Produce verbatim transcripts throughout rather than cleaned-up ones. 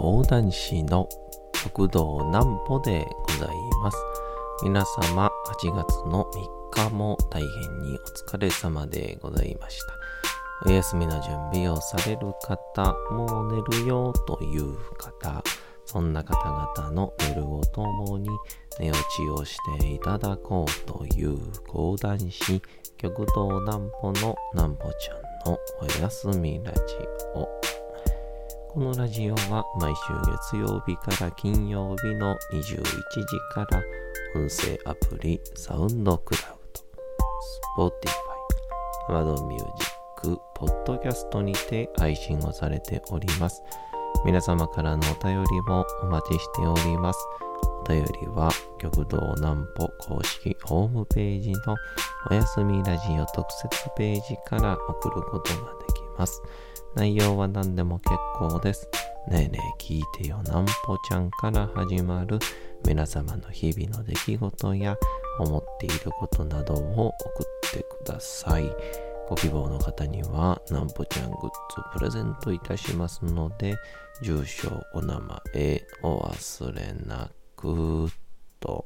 講談師の極道南歩でございます。皆様はちがつのみっかも大変にお疲れ様でございました。お休みの準備をされる方、もう寝るよという方、そんな方々の寝るをともに寝落ちをしていただこうという講談師極道南歩の南歩ちゃんのおやすみラジオ。このラジオは毎週月曜日から金曜日のにじゅういちじから音声アプリサウンドクラウド、Spotify、Amazon Music、ポッドキャストにて配信をされております。皆様からのお便りもお待ちしております。お便りは極道南歩公式ホームページのおやすみラジオ特設ページから送ることができます。内容は何でも結構です。ねえねえ聞いてよ南歩ちゃんから始まる皆様の日々の出来事や思っていることなどを送ってください。ご希望の方には南歩ちゃんグッズをプレゼントいたしますので、住所お名前お忘れなくと。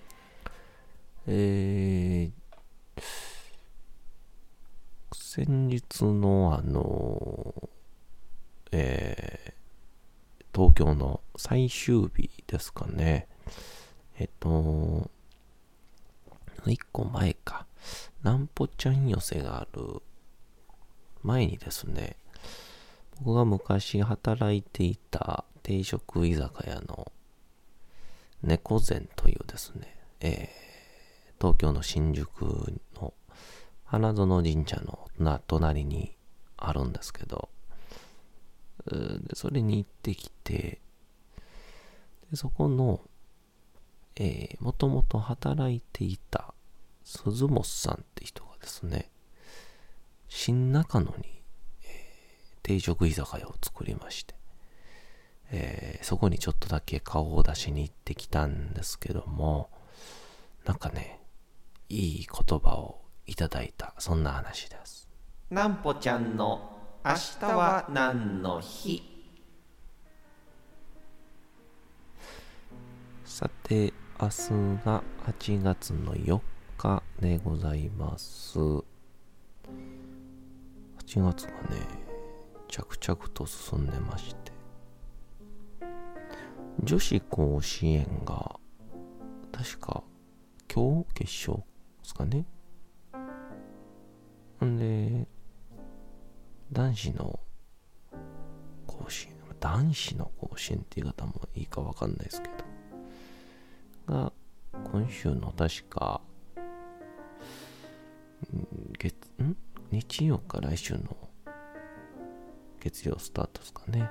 えー、先日のあの、えー、東京の最終日ですかね。えっと、一個前か。南歩ちゃん寄せがある前にですね、僕が昔働いていた定食居酒屋の猫膳というですね、えー、東京の新宿の花園神社のな隣にあるんですけど、でそれに行ってきて、でそこの、えー、もともと働いていた鈴本さんって人がですね、新中野に、えー、定食居酒屋を作りまして、えー、そこにちょっとだけ顔を出しに行ってきたんですけども、なんかね、いい言葉をいただいた、そんな話です。南歩ちゃんの明日は何の日。さて、明日がはちがつのよっかでございます。はちがつがね、着々と進んでまして、女子甲子園が確か今日決勝ですかね。んで、男子の甲子園、男子の甲子園って言い方もいいかわかんないですけど、が今週の確か月ん日曜か来週の月曜スタートですかね。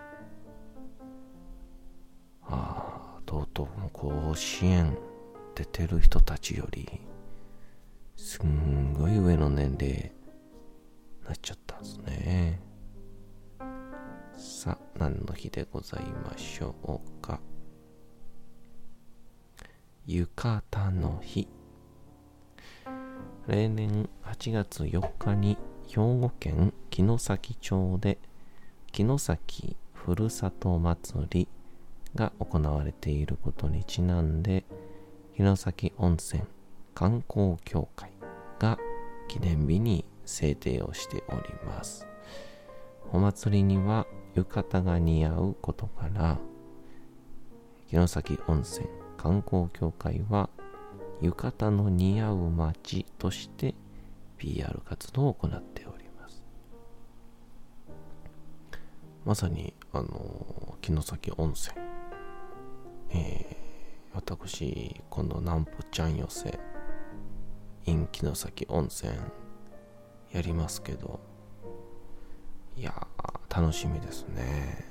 ああ、とうとう甲子園出てる人たちよりすんごい上の年齢なっちゃったんですね。さあ、何の日でございましょうか。浴衣の日。例年はちがつよっかに兵庫県城崎町で城崎ふるさと祭りが行われていることにちなんで、城崎温泉観光協会が記念日に制定をしております。お祭りには浴衣が似合うことから、城崎温泉観光協会は浴衣の似合う街として ピーアール 活動を行っております。まさにあの城崎温泉、えー、私今度南歩ちゃん寄せ in 城崎温泉やりますけど、いやー楽しみですね。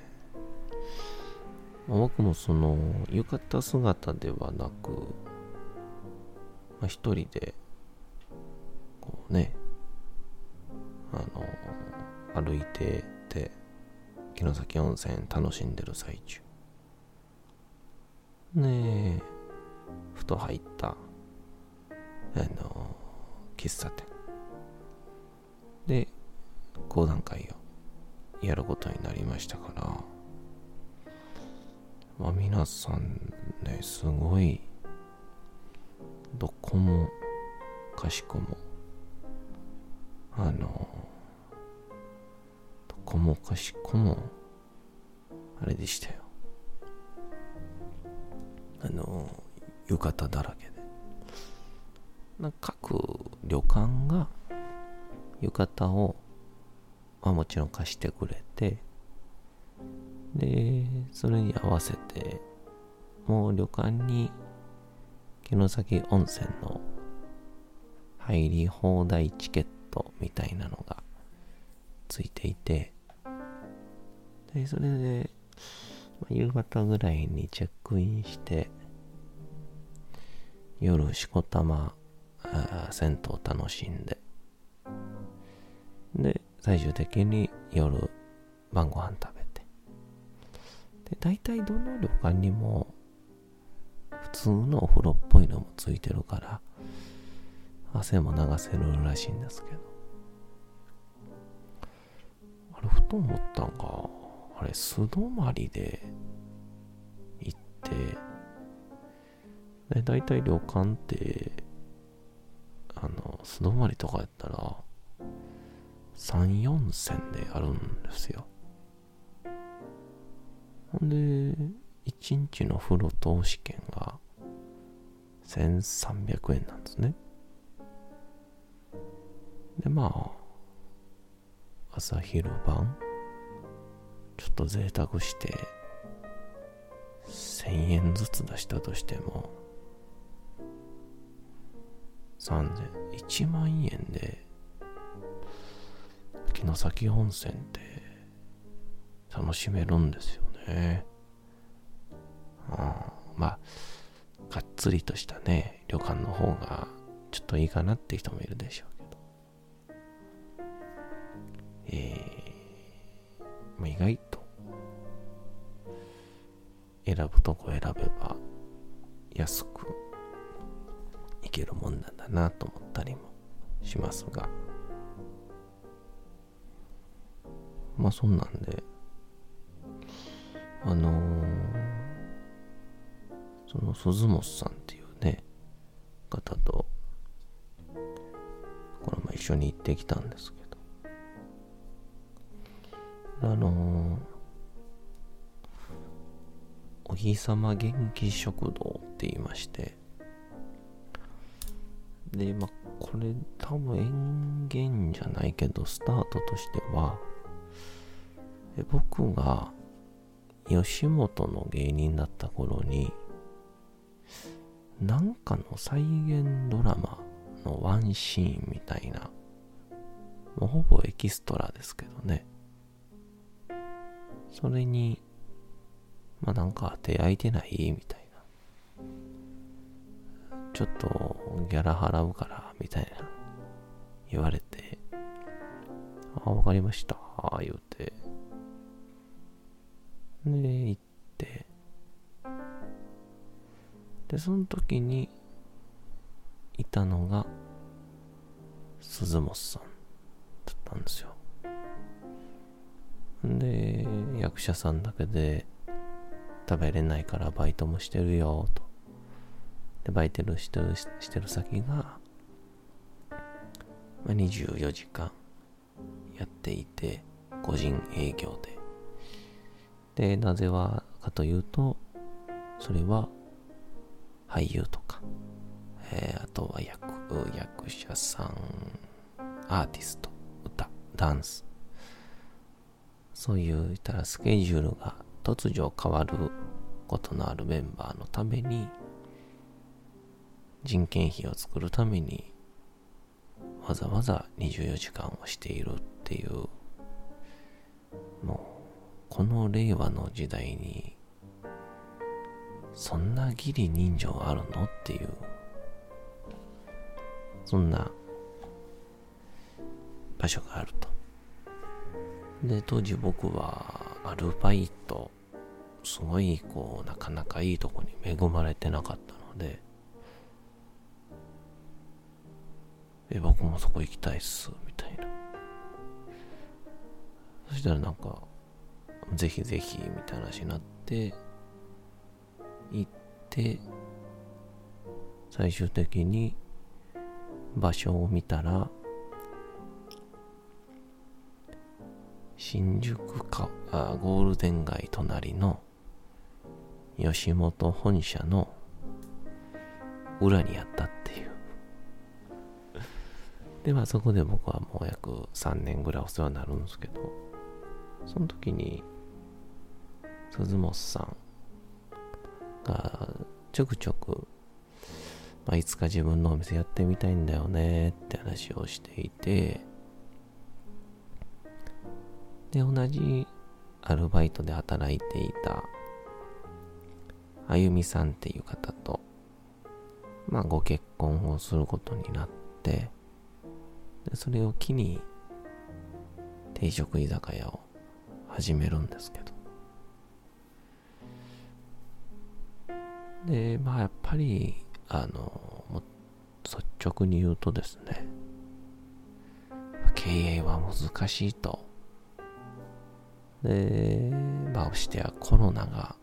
僕もその浴衣姿ではなく、まあ、一人でこうね、あの歩いてて城崎温泉楽しんでる最中ねえ、ふと入ったあの喫茶店で講談会をやることになりましたから、 まあ皆さんね、すごいどこもかしこもあのどこもかしこもあれでしたよ。あの浴衣だらけで、なんか各旅館が浴衣を、まあ、もちろん貸してくれて、でそれに合わせてもう旅館に城崎温泉の入り放題チケットみたいなのがついていて、でそれで、まあ、夕方ぐらいにチェックインして夜しこたま銭湯を楽しんで、で最終的に夜晩ご飯食べて、で大体どの旅館にも普通のお風呂っぽいのもついてるから汗も流せるらしいんですけど、あれふと思ったんが、あれ素泊まりで行って、で大体旅館ってあの素泊まりとかやったらさん、よんせんであるんですよ。ほんでいちにちの風呂通し券がせんさんびゃくえんなんですね。でまあ朝昼晩ちょっと贅沢してせんえんずつ出したとしてもさんぜん、いちまんえんで城崎温泉って楽しめるんですよね。うん、まあがっつりとしたね旅館の方がちょっといいかなって人もいるでしょうけど、えーまあ、意外と選ぶとこ選べば安くいけるもんなんだなと思ったりもしますが、まあそんなんであのー、その鈴本さんっていうね方とこの前一緒に行ってきたんですけど、あのー、お日様元気食堂って言いまして、でまあこれ多分演芸じゃないけどスタートとしては、え僕が吉本の芸人だった頃になんかの再現ドラマのワンシーンみたいな、もうほぼエキストラですけどね、それにまあなんか手空いてないみたいな、ちょっとギャラ払うからみたいな言われて、あわかりました言うて、で行って、でその時にいたのが鈴本さんだったんですよ。で役者さんだけで食べれないからバイトもしてるよと。でバイトしてるしてる先が、まあ、にじゅうよじかんやっていて個人営業で、でなぜはかというと、それは俳優とか、えー、あとは 役, 役者さん、アーティスト、歌、ダンス、そういう言ったらスケジュールが突如変わることのあるメンバーのために、人件費を作るためにわざわざにじゅうよじかんをしているっていう、もうこの令和の時代にそんな義理人情あるのっていう、そんな場所があると。で当時僕はアルバイトすごいこうなかなかいいとこに恵まれてなかったので、え僕もそこ行きたいっすみたいな。そしたらなんかぜひぜひみたいな話になって、 行って、最終的に場所を見たら、新宿かあゴールデン街隣の吉本本社の裏にあったっていう。で、まあそこで僕はもう約さんねんぐらいお世話になるんですけど、その時に鈴本さんがちょくちょく、まあ、いつか自分のお店やってみたいんだよねって話をしていて、で、同じアルバイトで働いていたあゆみさんっていう方と、まあご結婚をすることになって、でそれを機に定食居酒屋を始めるんですけど、で、まあやっぱりあのも率直に言うとですね、経営は難しいと。で、まあしてはコロナが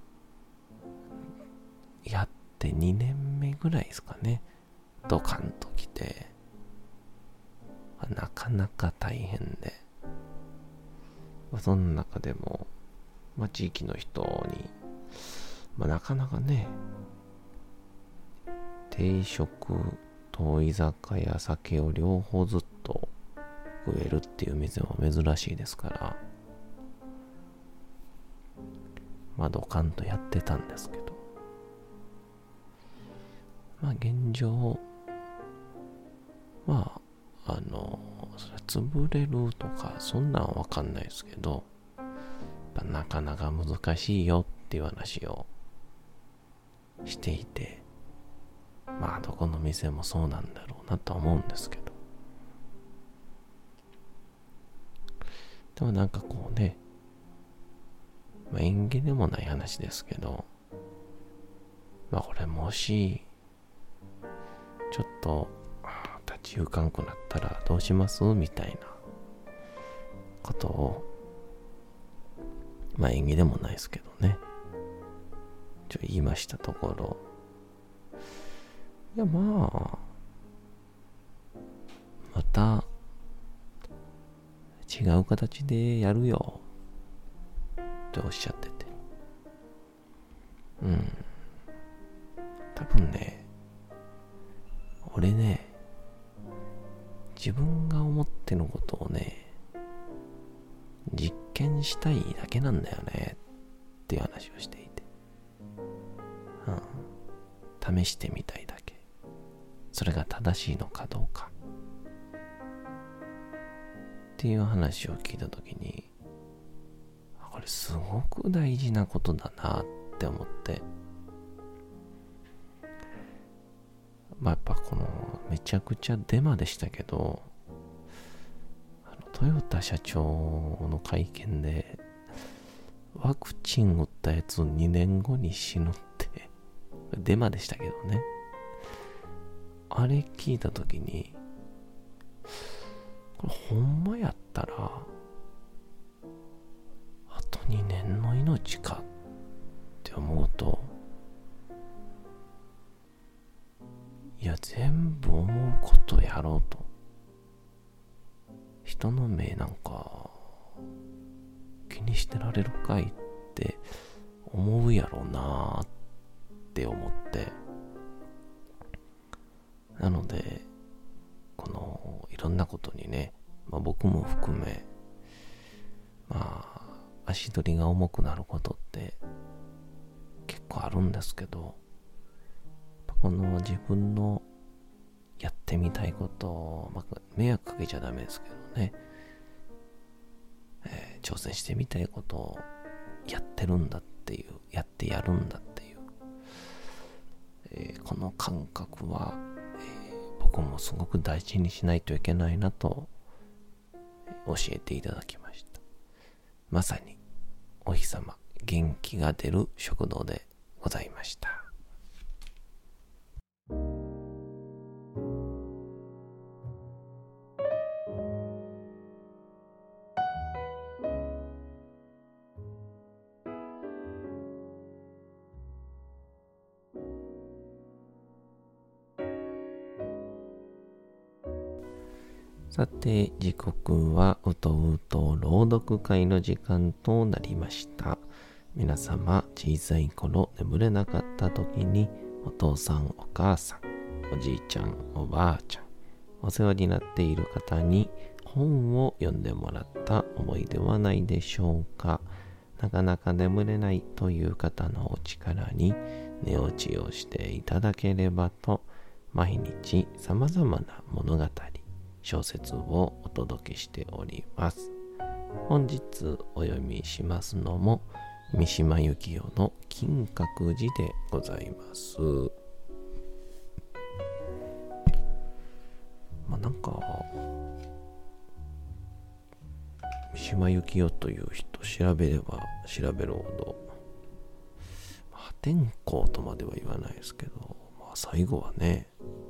やってにねんめぐらいですかね、ドカンと来て、なかなか大変で、まあ、その中でも、まあ、地域の人に、まあ、なかなかね、定食と居酒屋、酒を両方ずっと食えるっていう店も珍しいですから、まあドカンとやってたんですけど、まあ現状、まああのそれ潰れるとかそんなんわかんないですけど、やっぱなかなか難しいよっていう話をしていて、まあどこの店もそうなんだろうなと思うんですけど、でもなんかこうね、まあ、縁起でもない話ですけど、まあこれもしちょっと立ち行かんくなったらどうしますみたいなことを、まあ縁起でもないですけどね、ちょ言いましたところ、いやまあまた違う形でやるよっておっしゃってて、うん、多分ね、俺ね、自分が思ってることをね、実験したいだけなんだよねっていう話をしていて、うん、試してみたいだけ、それが正しいのかどうかっていう話を聞いたときに、これすごく大事なことだなって思って、まあやっぱこのめちゃくちゃデマでしたけど、あのトヨタ社長の会見でワクチン打ったやつにねんごに死ぬってデマでしたけどね、あれ聞いたときに、これほんまやったらあとにねんの命かって思うと、いや全部思うことやろうと、人の目なんか気にしてられるかいって思うやろうなーって思って、なのでこのいろんなことにね、まあ、僕も含め、まあ足取りが重くなることって結構あるんですけど、この自分のやってみたいことを、まあ、迷惑かけちゃダメですけどね、えー、挑戦してみたいことをやってるんだっていう、やってやるんだっていう、えー、この感覚は、えー、僕もすごく大事にしないといけないなと教えていただきました。まさにお日様元気が出る食堂でございました。 さて、時刻はうとうと朗読会の時間となりました。皆様、小さい頃眠れなかった時に、お父さん、お母さん、おじいちゃん、おばあちゃん、お世話になっている方に本を読んでもらった思いではないでしょうか。なかなか眠れないという方のお力に寝落ちをしていただければと、毎日様々な物語、小説をお届けしております。本日お読みしますのも三島由紀夫の金閣寺でございます。まあなんか三島由紀夫という人調べれば調べるほど破天荒とまでは言わないですけど、まあ最後はね、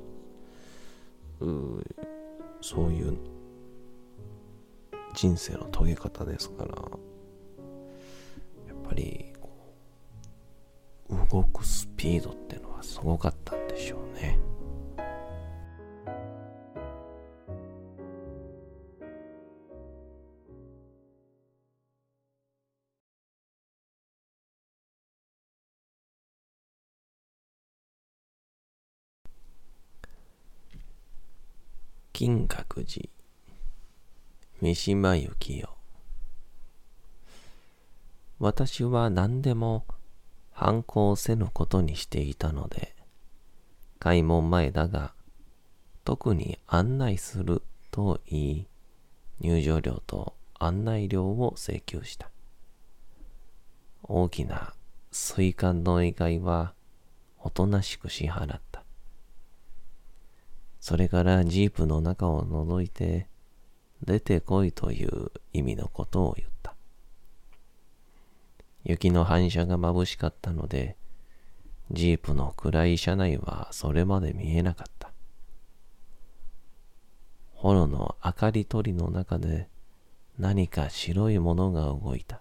うそういう人生の遂げ方ですから、やっぱりこう動くスピードってのはすごかったんでしょうね。金閣寺、三島由紀夫。私は何でも反抗せぬことにしていたので、開門前だが、特に案内すると言い、入場料と案内料を請求した。大きな水管の以外はおとなしく支払った。それからジープの中を覗いて、出てこいという意味のことを言った。雪の反射が眩しかったので、ジープの暗い車内はそれまで見えなかった。炎の明かり取りの中で何か白いものが動いた。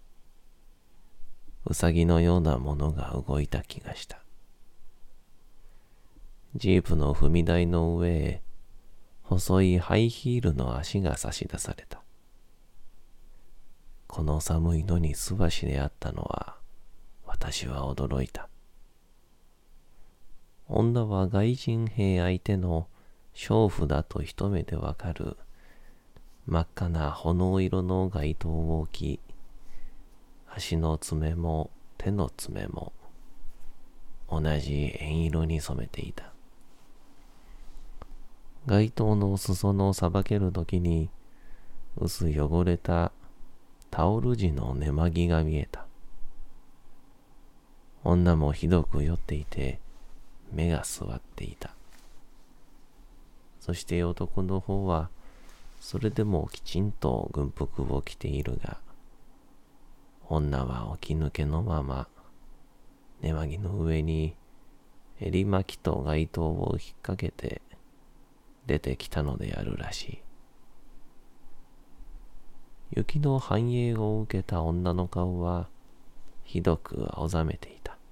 ウサギのようなものが動いた気がした。ジープの踏み台の上へ細いハイヒールの足が差し出された。この寒いのに素足であったのは私は驚いた。女は外人兵相手の娼婦だと一目でわかる真っ赤な炎色の街灯を置き、足の爪も手の爪も同じ縁色に染めていた。街灯の裾のさばけるときに薄汚れたタオル地の根巻きが見えた。女もひどく酔っていて目が座っていた。そして男の方はそれでもきちんと軍服を着ているが、女は起き抜けのまま根巻きの上に襟巻きと街灯を引っ掛けて出てきたのであるらしい。雪の繁栄を受けた女の顔はひどく青ざめていた。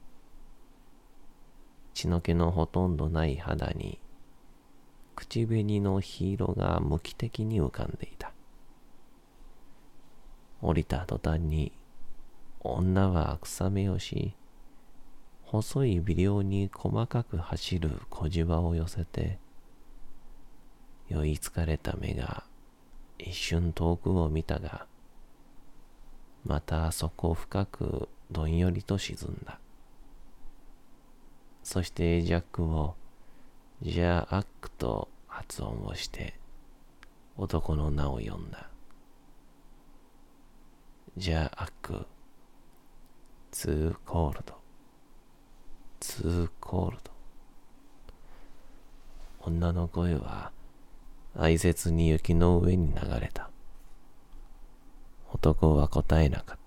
血の気のほとんどない肌に口紅の火色が無機的に浮かんでいた。降りた途端に女は草目をし、細い微量に細かく走る小じわを寄せて、酔いつかれた目が一瞬遠くを見たが、また底深くどんよりと沈んだ。そしてジャックをジャーアックと発音をして男の名を呼んだ。ジャーアック、ツーコールド、ツーコールド。女の声は哀切に雪の上に流れた。男は答えなかった。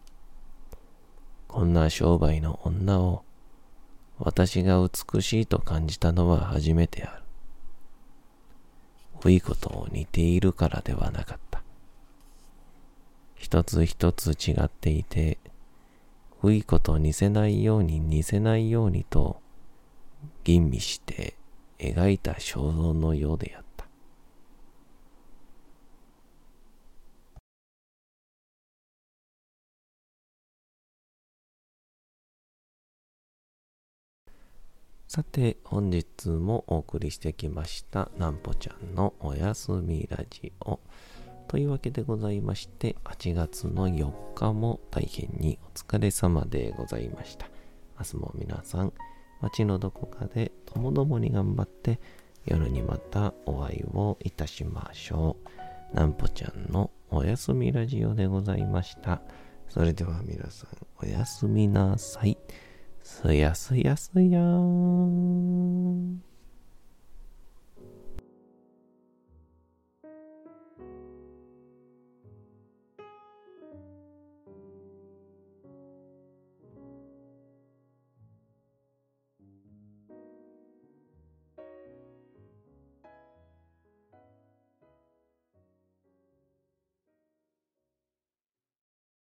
こんな商売の女を私が美しいと感じたのは初めてある。ウイコと似ているからではなかった。一つ一つ違っていて、ウイコと似せないように似せないようにと吟味して描いた肖像のようであった。 さて、本日もお送りしてきましたなんぽちゃんのおやすみラジオというわけでございまして、はちがつのよっかも大変にお疲れ様でございました。明日も皆さん街のどこかでともどもに頑張って夜にまたお会いをいたしましょう。なんぽちゃんのおやすみラジオでございました。それでは皆さんおやすみなさい。すやすやすやーん。